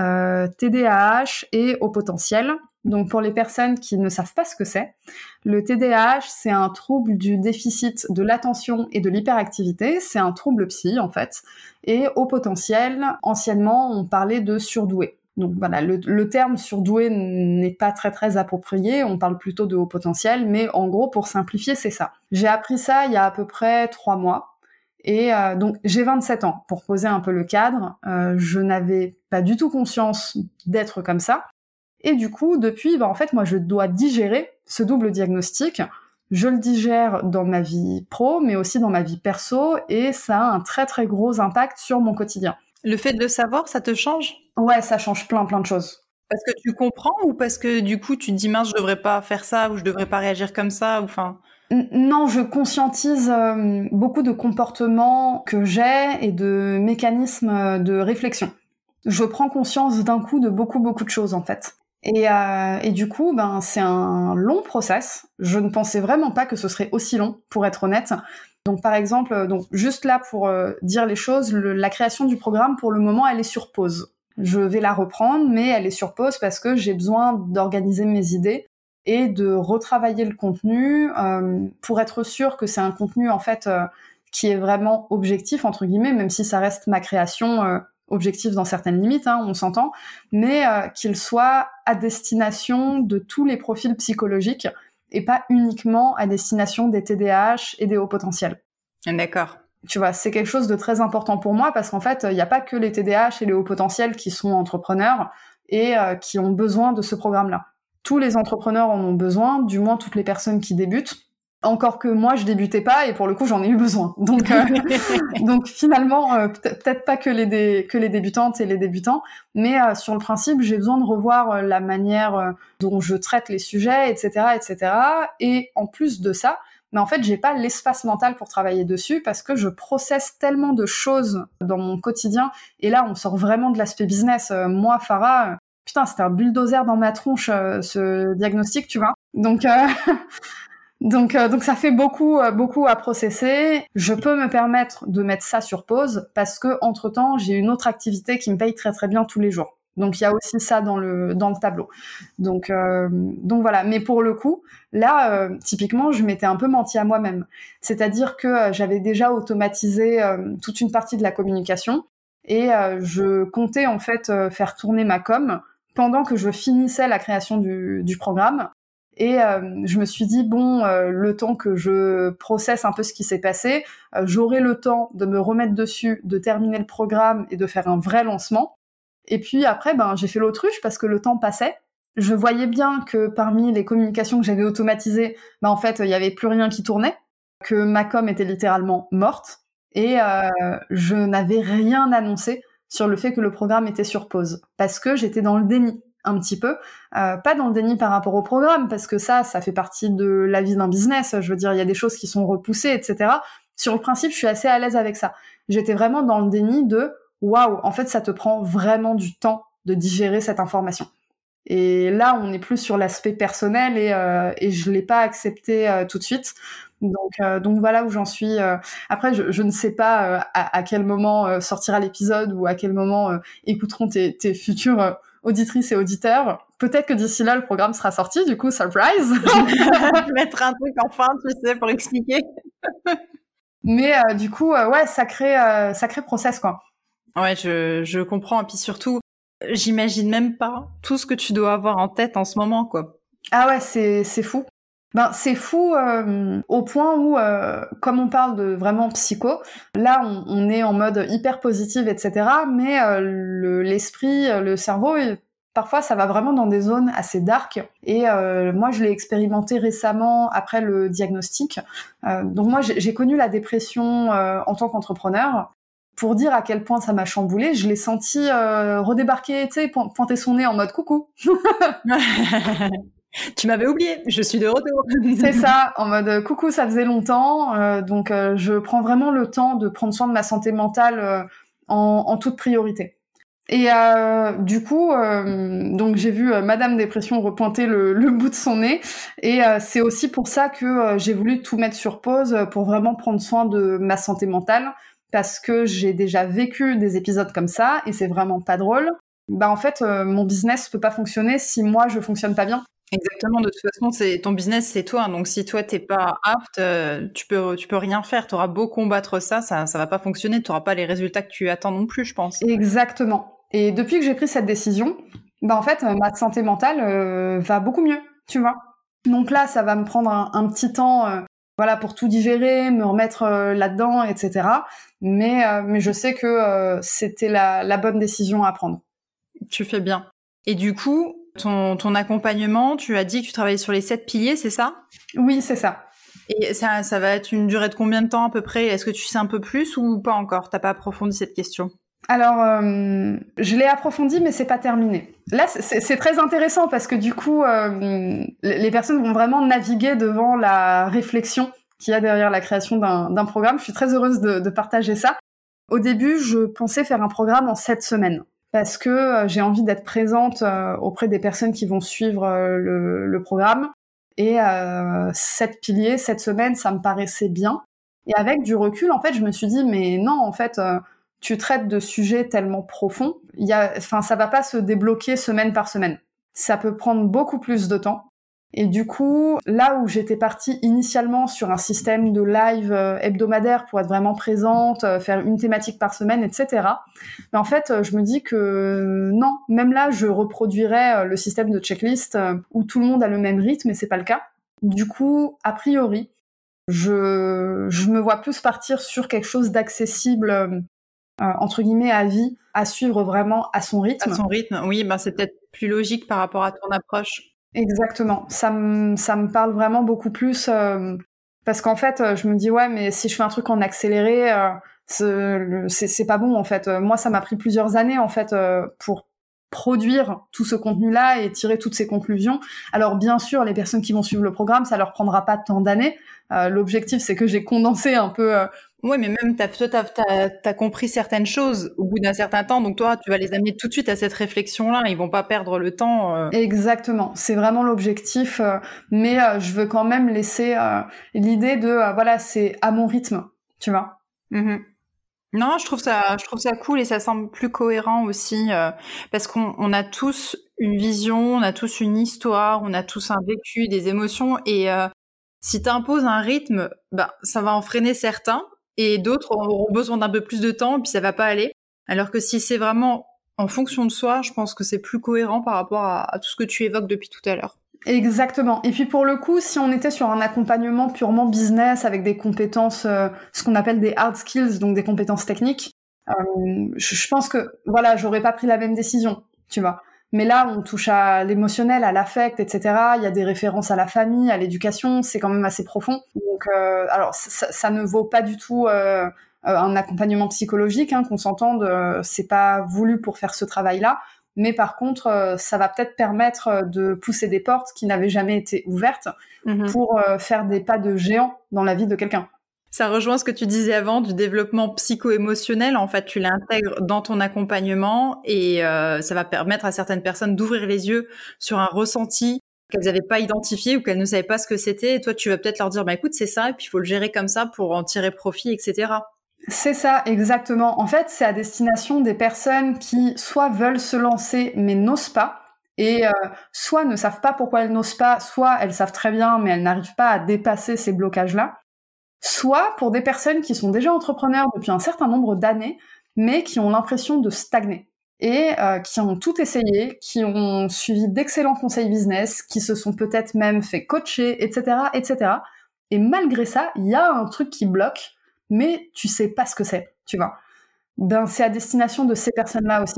TDAH et haut potentiel. Donc pour les personnes qui ne savent pas ce que c'est, le TDAH, c'est un trouble du déficit de l'attention et de l'hyperactivité, c'est un trouble psy en fait. Et haut potentiel, anciennement, on parlait de surdoué. Donc voilà, le terme surdoué n'est pas très très approprié, on parle plutôt de haut potentiel, mais en gros, pour simplifier, c'est ça. J'ai appris ça il y a à peu près 3 mois. Et donc j'ai 27 ans, pour poser un peu le cadre. Je n'avais pas du tout conscience d'être comme ça. Et du coup, depuis, en fait, moi, je dois digérer ce double diagnostic. Je le digère dans ma vie pro, mais aussi dans ma vie perso, et ça a un très très gros impact sur mon quotidien. Le fait de le savoir, ça te change ? Ouais, ça change plein de choses. Parce que tu comprends ou parce que du coup tu te dis mince, je devrais pas faire ça ou je devrais pas réagir comme ça ou enfin. Non, je conscientise beaucoup de comportements que j'ai et de mécanismes de réflexion. Je prends conscience d'un coup de beaucoup de choses en fait. Et du coup, c'est un long process. Je ne pensais vraiment pas que ce serait aussi long, pour être honnête. Donc par exemple, juste là pour dire les choses, la création du programme pour le moment, elle est sur pause. Je vais la reprendre, mais elle est sur pause parce que j'ai besoin d'organiser mes idées et de retravailler le contenu pour être sûr que c'est un contenu en fait qui est vraiment objectif entre guillemets, même si ça reste ma création objectif dans certaines limites, on s'entend, mais qu'il soit à destination de tous les profils psychologiques et pas uniquement à destination des TDAH et des hauts potentiels. D'accord. Tu vois, c'est quelque chose de très important pour moi parce qu'en fait, il n'y a pas que les TDAH et les hauts potentiels qui sont entrepreneurs et qui ont besoin de ce programme-là. Tous les entrepreneurs en ont besoin, du moins toutes les personnes qui débutent. Encore que moi, je débutais pas et pour le coup, j'en ai eu besoin. Donc finalement, peut-être pas que les débutantes et les débutants, mais sur le principe, j'ai besoin de revoir la manière dont je traite les sujets, etc., etc. Et en plus de ça, mais en fait, j'ai pas l'espace mental pour travailler dessus parce que je processe tellement de choses dans mon quotidien. Et là, on sort vraiment de l'aspect business. Moi, Farah, putain, c'était un bulldozer dans ma tronche, ce diagnostic, tu vois. Donc ça fait beaucoup à processer. Je peux me permettre de mettre ça sur pause parce que entre-temps, j'ai une autre activité qui me paye très très bien tous les jours. Donc il y a aussi ça dans le tableau. Donc voilà. Mais pour le coup, là, typiquement, je m'étais un peu menti à moi-même. C'est-à-dire que j'avais déjà automatisé toute une partie de la communication et je comptais en fait faire tourner ma com pendant que je finissais la création du programme. Et je me suis dit, le temps que je processe un peu ce qui s'est passé, j'aurai le temps de me remettre dessus, de terminer le programme et de faire un vrai lancement. Et puis après, j'ai fait l'autruche parce que le temps passait. Je voyais bien que parmi les communications que j'avais automatisées, en fait, il y avait plus rien qui tournait, que ma com était littéralement morte. Et je n'avais rien annoncé sur le fait que le programme était sur pause. Parce que j'étais dans le déni. Un petit peu, pas dans le déni par rapport au programme, parce que ça fait partie de la vie d'un business, je veux dire, il y a des choses qui sont repoussées, etc. Sur le principe, je suis assez à l'aise avec ça. J'étais vraiment dans le déni de « waouh, en fait, ça te prend vraiment du temps de digérer cette information ». Et là, on est plus sur l'aspect personnel et je l'ai pas accepté tout de suite. Donc voilà où j'en suis. Après, je ne sais pas à quel moment sortira l'épisode ou à quel moment écouteront tes futurs auditrices et auditeurs. Peut-être que d'ici là, le programme sera sorti, du coup, surprise. Mettre un truc en fin, tu sais, pour expliquer. Mais du coup, ouais, sacré process, quoi. Ouais, je comprends. Et puis surtout, j'imagine même pas tout ce que tu dois avoir en tête en ce moment, quoi. Ah ouais, c'est fou. C'est fou au point où, comme on parle de vraiment psycho, là on est en mode hyper positive, etc. Mais l'esprit, le cerveau, Parfois, ça va vraiment dans des zones assez dark. Et moi, je l'ai expérimenté récemment après le diagnostic. Donc moi, j'ai connu la dépression en tant qu'entrepreneur. Pour dire à quel point ça m'a chamboulée, je l'ai senti redébarquer, tu sais, pointer son nez en mode coucou. Tu m'avais oublié, je suis de retour. C'est ça, en mode coucou, ça faisait longtemps. Donc je prends vraiment le temps de prendre soin de ma santé mentale en toute priorité. Et du coup, donc j'ai vu Madame Dépression repointer le bout de son nez, et c'est aussi pour ça que j'ai voulu tout mettre sur pause pour vraiment prendre soin de ma santé mentale, parce que j'ai déjà vécu des épisodes comme ça, et c'est vraiment pas drôle. Bah en fait, mon business peut pas fonctionner si moi je fonctionne pas bien. Exactement, de toute façon, c'est ton business, c'est toi. Donc si toi t'es pas apte, tu peux rien faire. Tu auras beau combattre ça va pas fonctionner. Tu auras pas les résultats que tu attends non plus, je pense. Exactement. Et depuis que j'ai pris cette décision, bah en fait ma santé mentale va beaucoup mieux, tu vois. Donc là, ça va me prendre un petit temps, voilà, pour tout digérer, me remettre là-dedans, etc. Mais je sais que c'était la bonne décision à prendre. Tu fais bien. Et du coup, ton accompagnement, tu as dit que tu travaillais sur les 7 piliers, c'est ça ? Oui, c'est ça. Et ça va être une durée de combien de temps à peu près ? Est-ce que tu sais un peu plus ou pas encore ? T'as pas approfondi cette question ? Alors, je l'ai approfondi, mais c'est pas terminé. Là, c'est très intéressant parce que du coup, les personnes vont vraiment naviguer devant la réflexion qu'il y a derrière la création d'un programme. Je suis très heureuse de partager ça. Au début, je pensais faire un programme en 7 semaines parce que j'ai envie d'être présente auprès des personnes qui vont suivre le programme. Et 7 piliers, 7 semaines, ça me paraissait bien. Et avec du recul, en fait, je me suis dit, mais non, en fait... tu traites de sujets tellement profonds, ça va pas se débloquer semaine par semaine. Ça peut prendre beaucoup plus de temps. Et du coup, là où j'étais partie initialement sur un système de live hebdomadaire pour être vraiment présente, faire une thématique par semaine, etc. Mais en fait, je me dis que non, même là, je reproduirais le système de checklist où tout le monde a le même rythme, et c'est pas le cas. Du coup, a priori, je me vois plus partir sur quelque chose d'accessible entre guillemets à vie, à suivre vraiment à son rythme. À son rythme, oui, ben c'est peut-être plus logique par rapport à ton approche. Exactement, ça me parle vraiment beaucoup plus parce qu'en fait, je me dis ouais, mais si je fais un truc en accéléré, c'est pas bon en fait. Moi, ça m'a pris plusieurs années en fait pour produire tout ce contenu-là et tirer toutes ces conclusions. Alors bien sûr, les personnes qui vont suivre le programme, ça leur prendra pas tant d'années. L'objectif, c'est que j'ai condensé un peu. Oui, mais même t'as compris certaines choses au bout d'un certain temps, donc toi, tu vas les amener tout de suite à cette réflexion-là. Ils vont pas perdre le temps. Exactement, c'est vraiment l'objectif, mais je veux quand même laisser l'idée de voilà, c'est à mon rythme, tu vois. Mm-hmm. Non, je trouve ça cool et ça semble plus cohérent aussi parce qu'on a tous une vision, on a tous une histoire, on a tous un vécu, des émotions et si t'imposes un rythme, bah ça va en freiner certains et d'autres auront besoin d'un peu plus de temps et puis ça va pas aller. Alors que si c'est vraiment en fonction de soi, je pense que c'est plus cohérent par rapport à tout ce que tu évoques depuis tout à l'heure. Exactement. Et puis pour le coup, si on était sur un accompagnement purement business avec des compétences, ce qu'on appelle des hard skills, donc des compétences techniques, je pense que voilà, j'aurais pas pris la même décision, tu vois. Mais là, on touche à l'émotionnel, à l'affect, etc. Il y a des références à la famille, à l'éducation, c'est quand même assez profond. Donc, alors ça ne vaut pas du tout un accompagnement psychologique, hein, qu'on s'entende. C'est pas voulu pour faire ce travail-là. Mais par contre, ça va peut-être permettre de pousser des portes qui n'avaient jamais été ouvertes pour faire des pas de géant dans la vie de quelqu'un. Ça rejoint ce que tu disais avant du développement psycho-émotionnel. En fait, tu l'intègres dans ton accompagnement et ça va permettre à certaines personnes d'ouvrir les yeux sur un ressenti qu'elles n'avaient pas identifié ou qu'elles ne savaient pas ce que c'était. Et toi, tu vas peut-être leur dire, bah écoute, c'est ça, et puis il faut le gérer comme ça pour en tirer profit, etc. C'est ça, exactement. En fait, c'est à destination des personnes qui soit veulent se lancer mais n'osent pas, et soit ne savent pas pourquoi elles n'osent pas, soit elles savent très bien mais elles n'arrivent pas à dépasser ces blocages-là, soit pour des personnes qui sont déjà entrepreneurs depuis un certain nombre d'années mais qui ont l'impression de stagner et qui ont tout essayé, qui ont suivi d'excellents conseils business, qui se sont peut-être même fait coacher, etc., etc. Et malgré ça, il y a un truc qui bloque, mais tu sais pas ce que c'est, tu vois. Ben, c'est à destination de ces personnes-là aussi.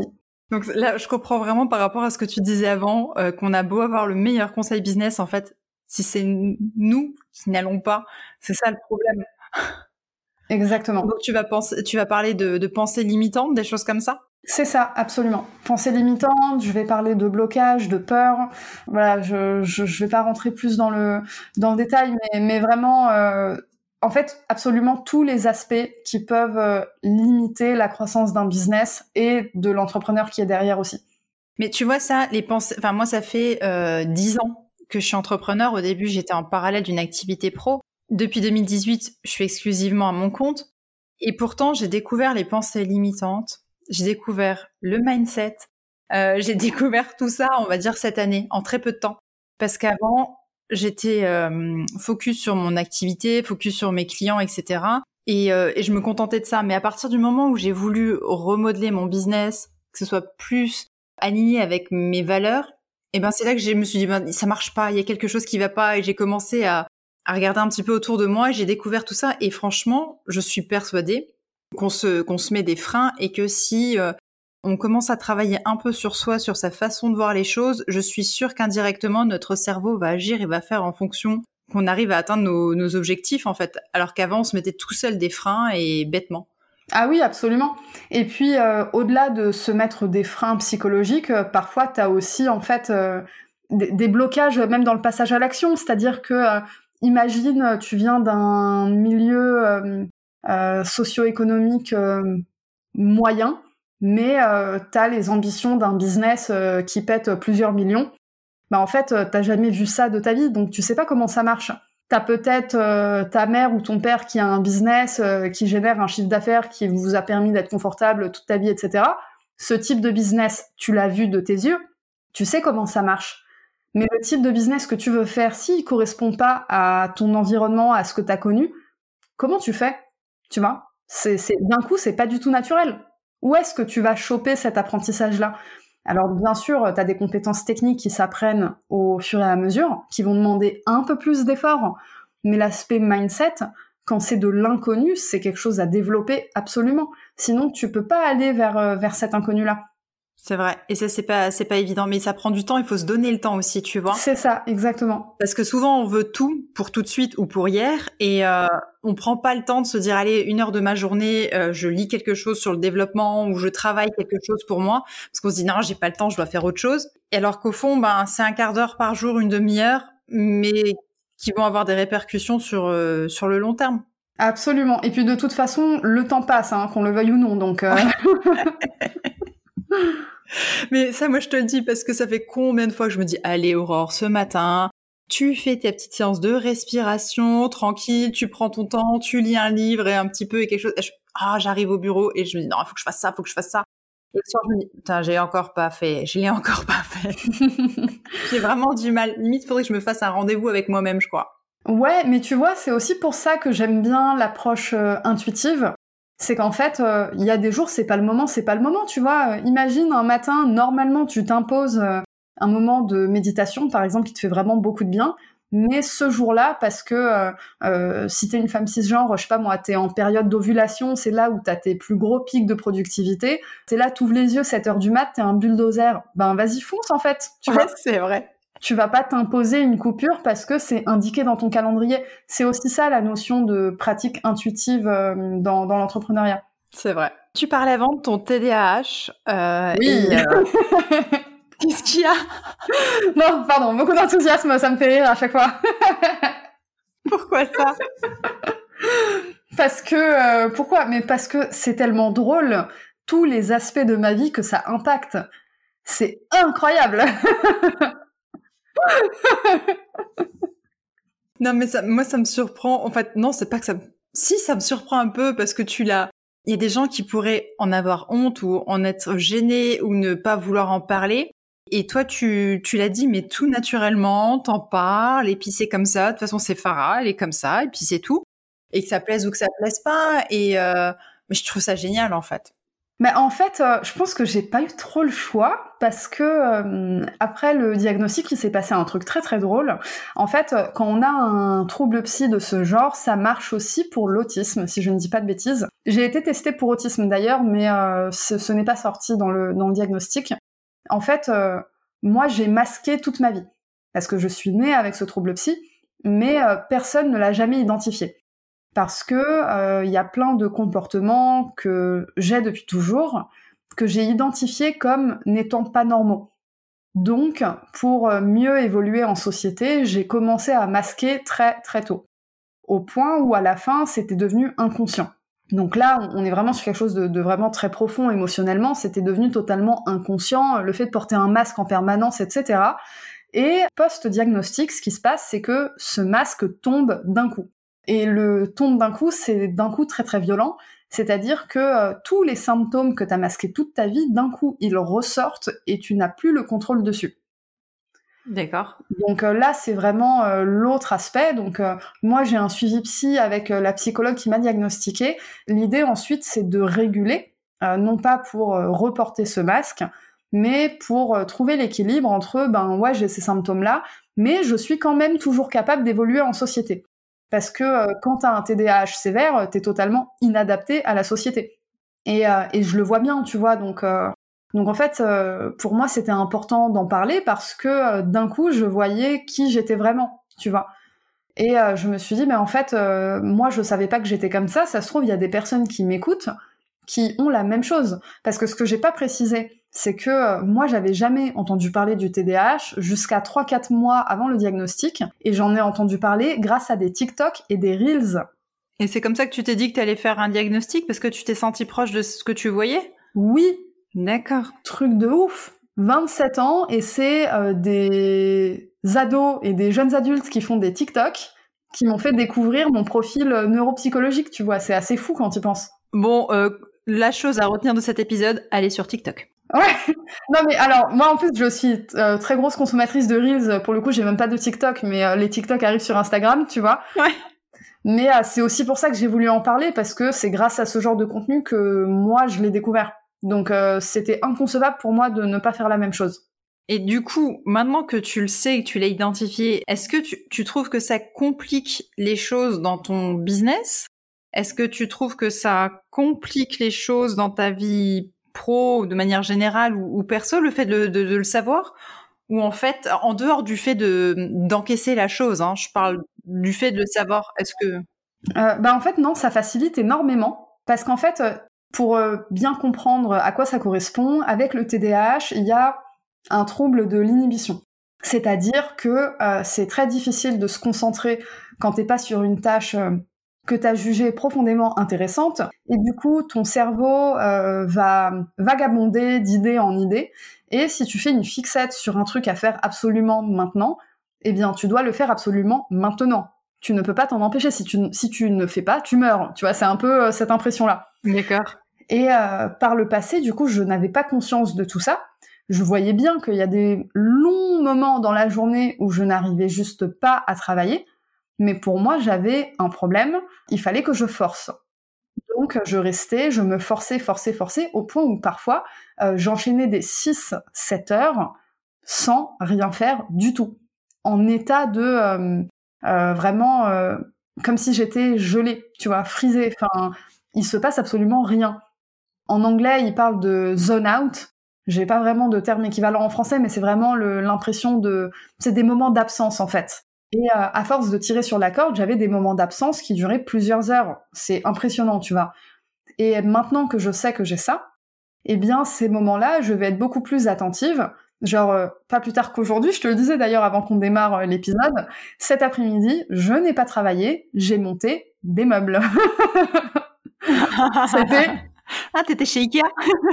Donc là, je comprends vraiment par rapport à ce que tu disais avant, qu'on a beau avoir le meilleur conseil business, en fait, si c'est nous qui n'allons pas, c'est ça le problème. Exactement. Donc tu vas parler de pensées limitantes, des choses comme ça? C'est ça, absolument. Pensée limitante, je vais parler de blocage, de peur. Voilà, je vais pas rentrer plus dans le détail, mais vraiment, en fait, absolument tous les aspects qui peuvent limiter la croissance d'un business et de l'entrepreneur qui est derrière aussi. Mais tu vois ça, les pensées. Enfin, moi, ça fait 10 ans que je suis entrepreneur. Au début, j'étais en parallèle d'une activité pro. Depuis 2018, je suis exclusivement à mon compte. Et pourtant, j'ai découvert les pensées limitantes. J'ai découvert le mindset. J'ai découvert tout ça, on va dire, cette année, en très peu de temps. Parce qu'avant, j'étais focus sur mon activité, focus sur mes clients, etc. Et je me contentais de ça. Mais à partir du moment où j'ai voulu remodeler mon business, que ce soit plus aligné avec mes valeurs, et ben c'est là que je me suis dit, ben, ça marche pas, il y a quelque chose qui va pas. Et j'ai commencé à regarder un petit peu autour de moi, et j'ai découvert tout ça. Et franchement, je suis persuadée qu'on se met des freins, et que si on commence à travailler un peu sur soi, sur sa façon de voir les choses, je suis sûre qu'indirectement, notre cerveau va agir et va faire en fonction qu'on arrive à atteindre nos objectifs, en fait. Alors qu'avant, on se mettait tout seul des freins et bêtement. Ah oui, absolument. Et puis, au-delà de se mettre des freins psychologiques, parfois, tu as aussi, en fait, des blocages, même dans le passage à l'action. C'est-à-dire que, imagine, tu viens d'un milieu socio-économique moyen, mais t'as les ambitions d'un business qui pète plusieurs millions. Bah en fait, t'as jamais vu ça de ta vie, donc tu sais pas comment ça marche. T'as peut-être ta mère ou ton père qui a un business qui génère un chiffre d'affaires qui vous a permis d'être confortable toute ta vie, etc. Ce type de business, tu l'as vu de tes yeux, tu sais comment ça marche. Mais le type de business que tu veux faire, s'il correspond pas à ton environnement, à ce que t'as connu, comment tu fais? Tu vois? D'un coup, c'est pas du tout naturel. Où est-ce que tu vas choper cet apprentissage-là? Alors bien sûr, tu as des compétences techniques qui s'apprennent au fur et à mesure, qui vont demander un peu plus d'efforts, mais l'aspect mindset, quand c'est de l'inconnu, c'est quelque chose à développer absolument. Sinon, tu peux pas aller vers cet inconnu-là. C'est vrai. Et ça, c'est pas évident, mais ça prend du temps. Il faut se donner le temps aussi, tu vois. C'est ça, exactement. Parce que souvent, on veut tout pour tout de suite ou pour hier, et on prend pas le temps de se dire, allez, 1 heure de ma journée, je lis quelque chose sur le développement ou je travaille quelque chose pour moi, parce qu'on se dit non, j'ai pas le temps, je dois faire autre chose. Et alors qu'au fond, ben, c'est un quart d'heure par jour, une demi-heure, mais qui vont avoir des répercussions sur le long terme. Absolument. Et puis de toute façon, le temps passe, hein, qu'on le veuille ou non. Donc. Mais ça, moi, je te le dis parce que ça fait combien de fois que je me dis, allez, Aurore, ce matin, tu fais ta petite séance de respiration, tranquille, tu prends ton temps, tu lis un livre et un petit peu et quelque chose. J'arrive au bureau et je me dis, non, il faut que je fasse ça, il faut que je fasse ça. Et le soir, je me dis, putain, je l'ai encore pas fait. J'ai vraiment du mal. Limite, il faudrait que je me fasse un rendez-vous avec moi-même, je crois. Ouais, mais tu vois, c'est aussi pour ça que j'aime bien l'approche intuitive. C'est qu'en fait, il y a des jours, c'est pas le moment, tu vois. Imagine un matin, normalement, tu t'imposes un moment de méditation, par exemple, qui te fait vraiment beaucoup de bien, mais ce jour-là, parce que si t'es une femme cisgenre, je sais pas moi, t'es en période d'ovulation, c'est là où t'as tes plus gros pics de productivité, t'es là, t'ouvres les yeux, 7h du mat, t'es un bulldozer, ben vas-y, fonce en fait, tu vois. C'est vrai. Tu vas pas t'imposer une coupure parce que c'est indiqué dans ton calendrier. C'est aussi ça la notion de pratique intuitive dans l'entrepreneuriat. C'est vrai. Tu parlais avant de ton TDAH. Oui. Qu'est-ce qu'il y a? Non, pardon, beaucoup d'enthousiasme, ça me fait rire à chaque fois. Pourquoi ça? Parce que pourquoi? Mais parce que c'est tellement drôle, tous les aspects de ma vie que ça impacte. C'est incroyable. Non, mais moi, ça me surprend. En fait, non, c'est pas que ça. Si, ça me surprend un peu parce que il y a des gens qui pourraient en avoir honte ou en être gênés ou ne pas vouloir en parler. Et toi, tu l'as dit, mais tout naturellement, t'en parles, et puis c'est comme ça. De toute façon, c'est Farah, elle est comme ça, et puis c'est tout. Et que ça plaise ou que ça plaise pas. Mais je trouve ça génial, en fait. Mais en fait, je pense que j'ai pas eu trop le choix parce que après le diagnostic, il s'est passé un truc très très drôle. En fait, quand on a un trouble psy de ce genre, ça marche aussi pour l'autisme, si je ne dis pas de bêtises. J'ai été testée pour autisme d'ailleurs, mais ce n'est pas sorti dans le diagnostic. En fait, moi, j'ai masqué toute ma vie parce que je suis née avec ce trouble psy, mais personne ne l'a jamais identifié. Parce que y a plein de comportements que j'ai depuis toujours, que j'ai identifiés comme n'étant pas normaux. Donc, pour mieux évoluer en société, j'ai commencé à masquer très très tôt, au point où à la fin, c'était devenu inconscient. Donc là, on est vraiment sur quelque chose de vraiment très profond émotionnellement, c'était devenu totalement inconscient, le fait de porter un masque en permanence, etc. Et post-diagnostic, ce qui se passe, c'est que ce masque tombe d'un coup. Et le tombe d'un coup, c'est d'un coup très très violent, c'est-à-dire que tous les symptômes que t'as masqués toute ta vie, d'un coup, ils ressortent et tu n'as plus le contrôle dessus. D'accord. Donc là, c'est vraiment l'autre aspect. Donc moi, j'ai un suivi psy avec la psychologue qui m'a diagnostiqué. L'idée ensuite, c'est de réguler, non pas pour reporter ce masque, mais pour trouver l'équilibre entre, j'ai ces symptômes-là, mais je suis quand même toujours capable d'évoluer en société. Parce que quand t'as un TDAH sévère, t'es totalement inadapté à la société. Et je le vois bien, tu vois, donc en fait, pour moi, c'était important d'en parler parce que d'un coup, je voyais qui j'étais vraiment, tu vois. Et je me suis dit, mais en fait, moi, je savais pas que j'étais comme ça se trouve, il y a des personnes qui m'écoutent qui ont la même chose. Parce que ce que j'ai pas précisé, c'est que moi, j'avais jamais entendu parler du TDAH jusqu'à 3-4 mois avant le diagnostic, et j'en ai entendu parler grâce à des TikTok et des Reels. Et c'est comme ça que tu t'es dit que t'allais faire un diagnostic parce que tu t'es senti proche de ce que tu voyais ? Oui. D'accord. Truc de ouf. 27 ans, et c'est des ados et des jeunes adultes qui font des TikTok qui m'ont fait découvrir mon profil neuropsychologique, tu vois. C'est assez fou quand tu y penses. Bon, la chose à retenir de cet épisode, allez sur TikTok. Ouais. Non mais alors, moi en plus je suis très grosse consommatrice de Reels. Pour le coup, j'ai même pas de TikTok, mais les TikTok arrivent sur Instagram, tu vois. Ouais. Mais c'est aussi pour ça que j'ai voulu en parler, parce que c'est grâce à ce genre de contenu que moi je l'ai découvert. Donc c'était inconcevable pour moi de ne pas faire la même chose. Et du coup, maintenant que tu le sais, que tu l'as identifié, est-ce que tu trouves que ça complique les choses dans ton business ? Est-ce que tu trouves que ça complique les choses dans ta vie pro ou de manière générale ou perso, le fait de le savoir ? Ou en fait, en dehors du fait d'encaisser la chose, hein, je parle du fait de le savoir, est-ce que... En fait, non, ça facilite énormément. Parce qu'en fait, pour bien comprendre à quoi ça correspond, avec le TDAH, il y a un trouble de l'inhibition. C'est-à-dire que c'est très difficile de se concentrer quand t'es pas sur une tâche que t'as jugée profondément intéressante, et du coup, ton cerveau va vagabonder d'idée en idée, et si tu fais une fixette sur un truc à faire absolument maintenant, eh bien, tu dois le faire absolument maintenant. Tu ne peux pas t'en empêcher. Si tu ne fais pas, tu meurs. Tu vois, c'est un peu cette impression-là. D'accord. Et par le passé, du coup, je n'avais pas conscience de tout ça. Je voyais bien qu'il y a des longs moments dans la journée où je n'arrivais juste pas à travailler. Mais pour moi, j'avais un problème. Il fallait que je force. Donc, je restais, je me forçais, au point où parfois, j'enchaînais des 6-7 heures sans rien faire du tout. En état de... vraiment comme si j'étais gelée, tu vois, frisée. Enfin, il se passe absolument rien. En anglais, il parle de zone out. J'ai pas vraiment de terme équivalent en français, mais c'est vraiment l'impression de... C'est des moments d'absence, en fait. Et à force de tirer sur la corde, j'avais des moments d'absence qui duraient plusieurs heures. C'est impressionnant, tu vois. Et maintenant que je sais que j'ai ça, eh bien, ces moments-là, je vais être beaucoup plus attentive. Genre, pas plus tard qu'aujourd'hui, je te le disais d'ailleurs avant qu'on démarre l'épisode, cet après-midi, je n'ai pas travaillé, j'ai monté des meubles. C'était... Ah, t'étais chez Ikea.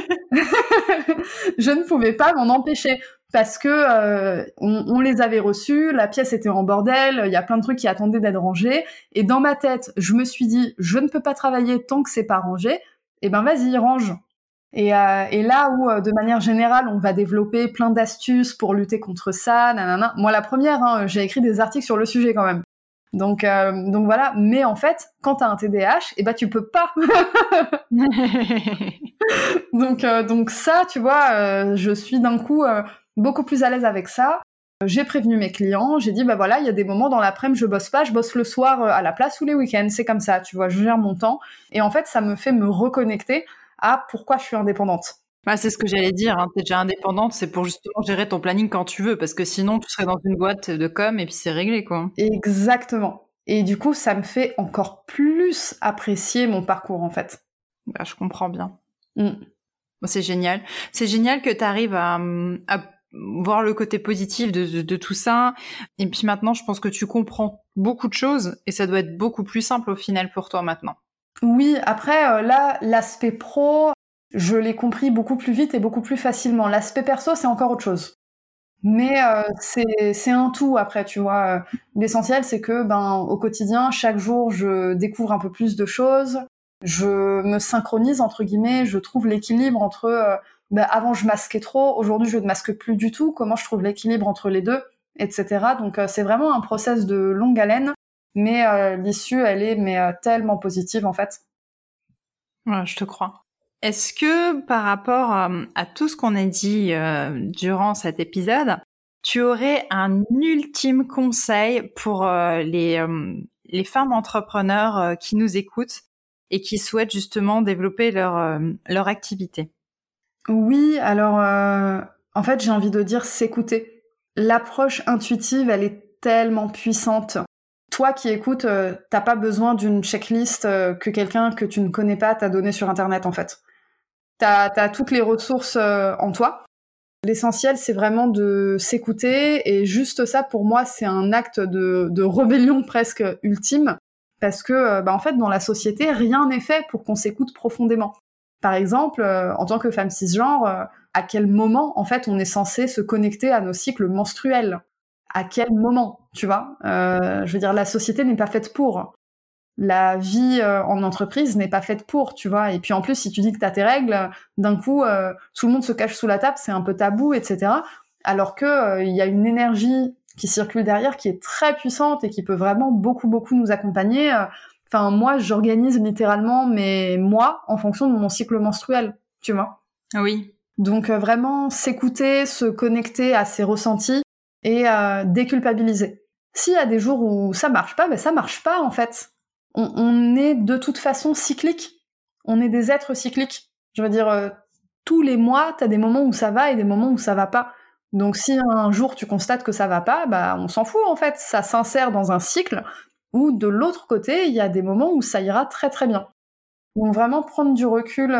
Je ne pouvais pas m'en empêcher, parce que on les avait reçus, la pièce était en bordel, il y a plein de trucs qui attendaient d'être rangés, et dans ma tête, je me suis dit, je ne peux pas travailler tant que c'est pas rangé, et ben vas-y, range. Et là où, de manière générale, on va développer plein d'astuces pour lutter contre ça, nanana. Moi, la première, hein, j'ai écrit des articles sur le sujet quand même. Donc voilà. Mais en fait, quand t'as un TDAH, tu peux pas. Donc ça, tu vois, je suis d'un coup beaucoup plus à l'aise avec ça. J'ai prévenu mes clients, j'ai dit, bah voilà, il y a des moments dans l'après-midi, je bosse pas, je bosse le soir à la place ou les week-ends, c'est comme ça, tu vois, je gère mon temps. Et en fait, ça me fait me reconnecter à pourquoi je suis indépendante. Bah, c'est ce que j'allais dire, hein. T'es déjà indépendante, c'est pour justement gérer ton planning quand tu veux, parce que sinon, tu serais dans une boîte de com et puis c'est réglé, quoi. Exactement. Et du coup, ça me fait encore plus apprécier mon parcours, en fait. Bah, je comprends bien. Mm. Bon, c'est génial. C'est génial que tu arrives à voir le côté positif de tout ça. Et puis maintenant, je pense que tu comprends beaucoup de choses et ça doit être beaucoup plus simple au final pour toi maintenant. Oui, après, là, l'aspect pro, je l'ai compris beaucoup plus vite et beaucoup plus facilement. L'aspect perso, c'est encore autre chose. Mais c'est un tout après, tu vois. L'essentiel, c'est que au quotidien, chaque jour, je découvre un peu plus de choses. Je me synchronise, entre guillemets. Je trouve l'équilibre entre... avant, je masquais trop. Aujourd'hui, je ne masque plus du tout. Comment je trouve l'équilibre entre les deux, etc. Donc, c'est vraiment un process de longue haleine. Mais l'issue, elle est tellement positive, en fait. Ouais, je te crois. Est-ce que par rapport à tout ce qu'on a dit durant cet épisode, tu aurais un ultime conseil pour les femmes entrepreneurs qui nous écoutent et qui souhaitent justement développer leur activité? Oui, alors en fait, j'ai envie de dire s'écouter. L'approche intuitive, elle est tellement puissante. Toi qui écoutes, t'as pas besoin d'une checklist que quelqu'un que tu ne connais pas t'a donné sur Internet, en fait. T'as toutes les ressources en toi. L'essentiel, c'est vraiment de s'écouter, et juste ça, pour moi, c'est un acte de rébellion presque ultime, parce que, en fait, dans la société, rien n'est fait pour qu'on s'écoute profondément. Par exemple, en tant que femme cisgenre, à quel moment, en fait, on est censé se connecter à nos cycles menstruels? À quel moment, tu vois? Je veux dire, la société n'est pas faite pour. La vie en entreprise n'est pas faite pour, tu vois. Et puis en plus, si tu dis que t'as tes règles, d'un coup, tout le monde se cache sous la table, c'est un peu tabou, etc. Alors que il y a une énergie qui circule derrière, qui est très puissante et qui peut vraiment beaucoup, beaucoup nous accompagner. Enfin, moi, j'organise littéralement mes mois en fonction de mon cycle menstruel, tu vois. Oui. Donc vraiment s'écouter, se connecter à ses ressentis et déculpabiliser. S'il y a des jours où ça marche pas, ça marche pas en fait. On est de toute façon cyclique. On est des êtres cycliques. Je veux dire, tous les mois, t'as des moments où ça va et des moments où ça va pas. Donc si un jour tu constates que ça va pas, on s'en fout en fait. Ça s'insère dans un cycle où de l'autre côté, il y a des moments où ça ira très très bien. Donc vraiment prendre du recul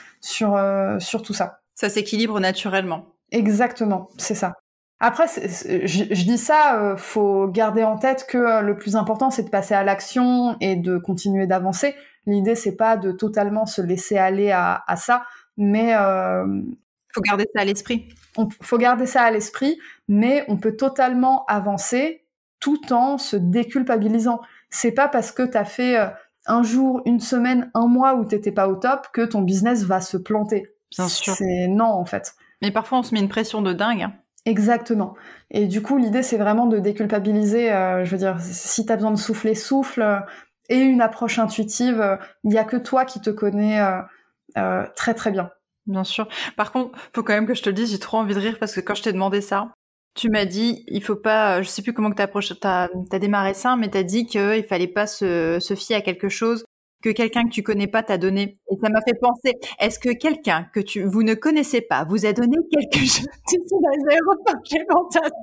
sur tout ça. Ça s'équilibre naturellement. Exactement, c'est ça. Après, je dis ça, faut garder en tête que le plus important, c'est de passer à l'action et de continuer d'avancer. L'idée, c'est pas de totalement se laisser aller à ça, mais faut garder ça à l'esprit. Faut garder ça à l'esprit, mais on peut totalement avancer tout en se déculpabilisant. C'est pas parce que t'as fait un jour, une semaine, un mois où t'étais pas au top que ton business va se planter. Bien sûr. C'est non, en fait. Mais parfois, on se met une pression de dingue, hein. Exactement. Et du coup, l'idée, c'est vraiment de déculpabiliser. Je veux dire, si t'as besoin de souffler, souffle. Et une approche intuitive, il y a que toi qui te connais très très bien. Bien sûr. Par contre, faut quand même que je te le dise, j'ai trop envie de rire parce que quand je t'ai demandé ça, tu m'as dit, il faut pas, je sais plus comment que t'as démarré ça, mais t'as dit qu'il fallait pas se fier à quelque chose que quelqu'un que tu connais pas t'a donné. Et ça m'a fait penser, est-ce que quelqu'un que vous ne connaissez pas vous a donné quelque chose? Tu sais, dans les aéroports, j'ai pensé à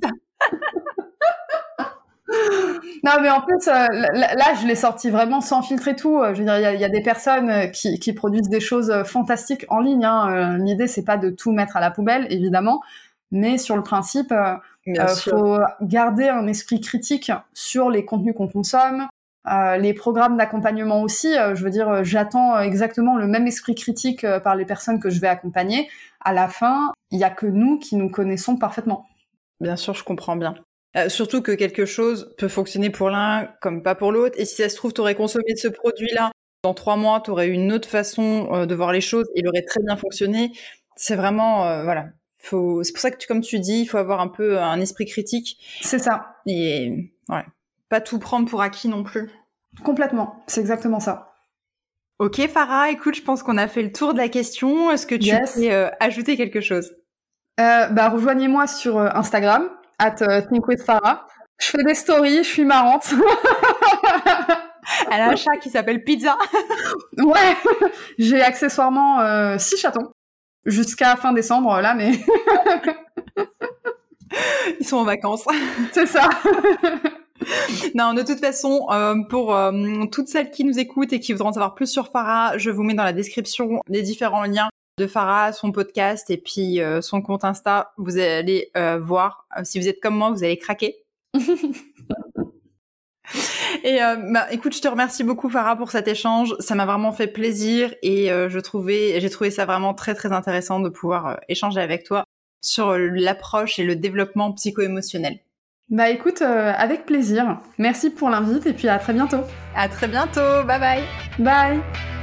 ça. Non, mais en plus, là, je l'ai sorti vraiment sans filtre et tout. Je veux dire, il y a des personnes qui produisent des choses fantastiques en ligne, hein. L'idée, c'est pas de tout mettre à la poubelle, évidemment. Mais sur le principe, faut garder un esprit critique sur les contenus qu'on consomme, les programmes d'accompagnement aussi. Je veux dire, j'attends exactement le même esprit critique par les personnes que je vais accompagner. À la fin, il y a que nous qui nous connaissons parfaitement. Bien sûr, je comprends bien. Surtout que quelque chose peut fonctionner pour l'un comme pas pour l'autre. Et si ça se trouve, t'aurais consommé ce produit-là, dans 3 mois, t'aurais eu une autre façon de voir les choses. Il aurait très bien fonctionné. C'est vraiment, voilà. C'est pour ça que, comme tu dis, il faut avoir un peu un esprit critique. C'est ça. Et ouais, pas tout prendre pour acquis non plus. Complètement, c'est exactement ça. Ok Farah, écoute, je pense qu'on a fait le tour de la question. Est-ce que tu peux ajouter quelque chose? Rejoignez-moi sur Instagram, @thinkwithfarah. Je fais des stories, je suis marrante. Elle a un chat qui s'appelle Pizza. Ouais, j'ai accessoirement 6 chatons. Jusqu'à fin décembre, là, mais... Ils sont en vacances. C'est ça. Non, de toute façon, pour toutes celles qui nous écoutent et qui voudront en savoir plus sur Farah, je vous mets dans la description les différents liens de Farah, son podcast et puis son compte Insta. Vous allez voir. Si vous êtes comme moi, vous allez craquer. Et écoute, je te remercie beaucoup Farah pour cet échange. Ça m'a vraiment fait plaisir et j'ai trouvé ça vraiment très très intéressant de pouvoir échanger avec toi sur l'approche et le développement psycho-émotionnel. Bah écoute, avec plaisir. Merci pour l'invite et puis à très bientôt. À très bientôt. Bye bye. Bye.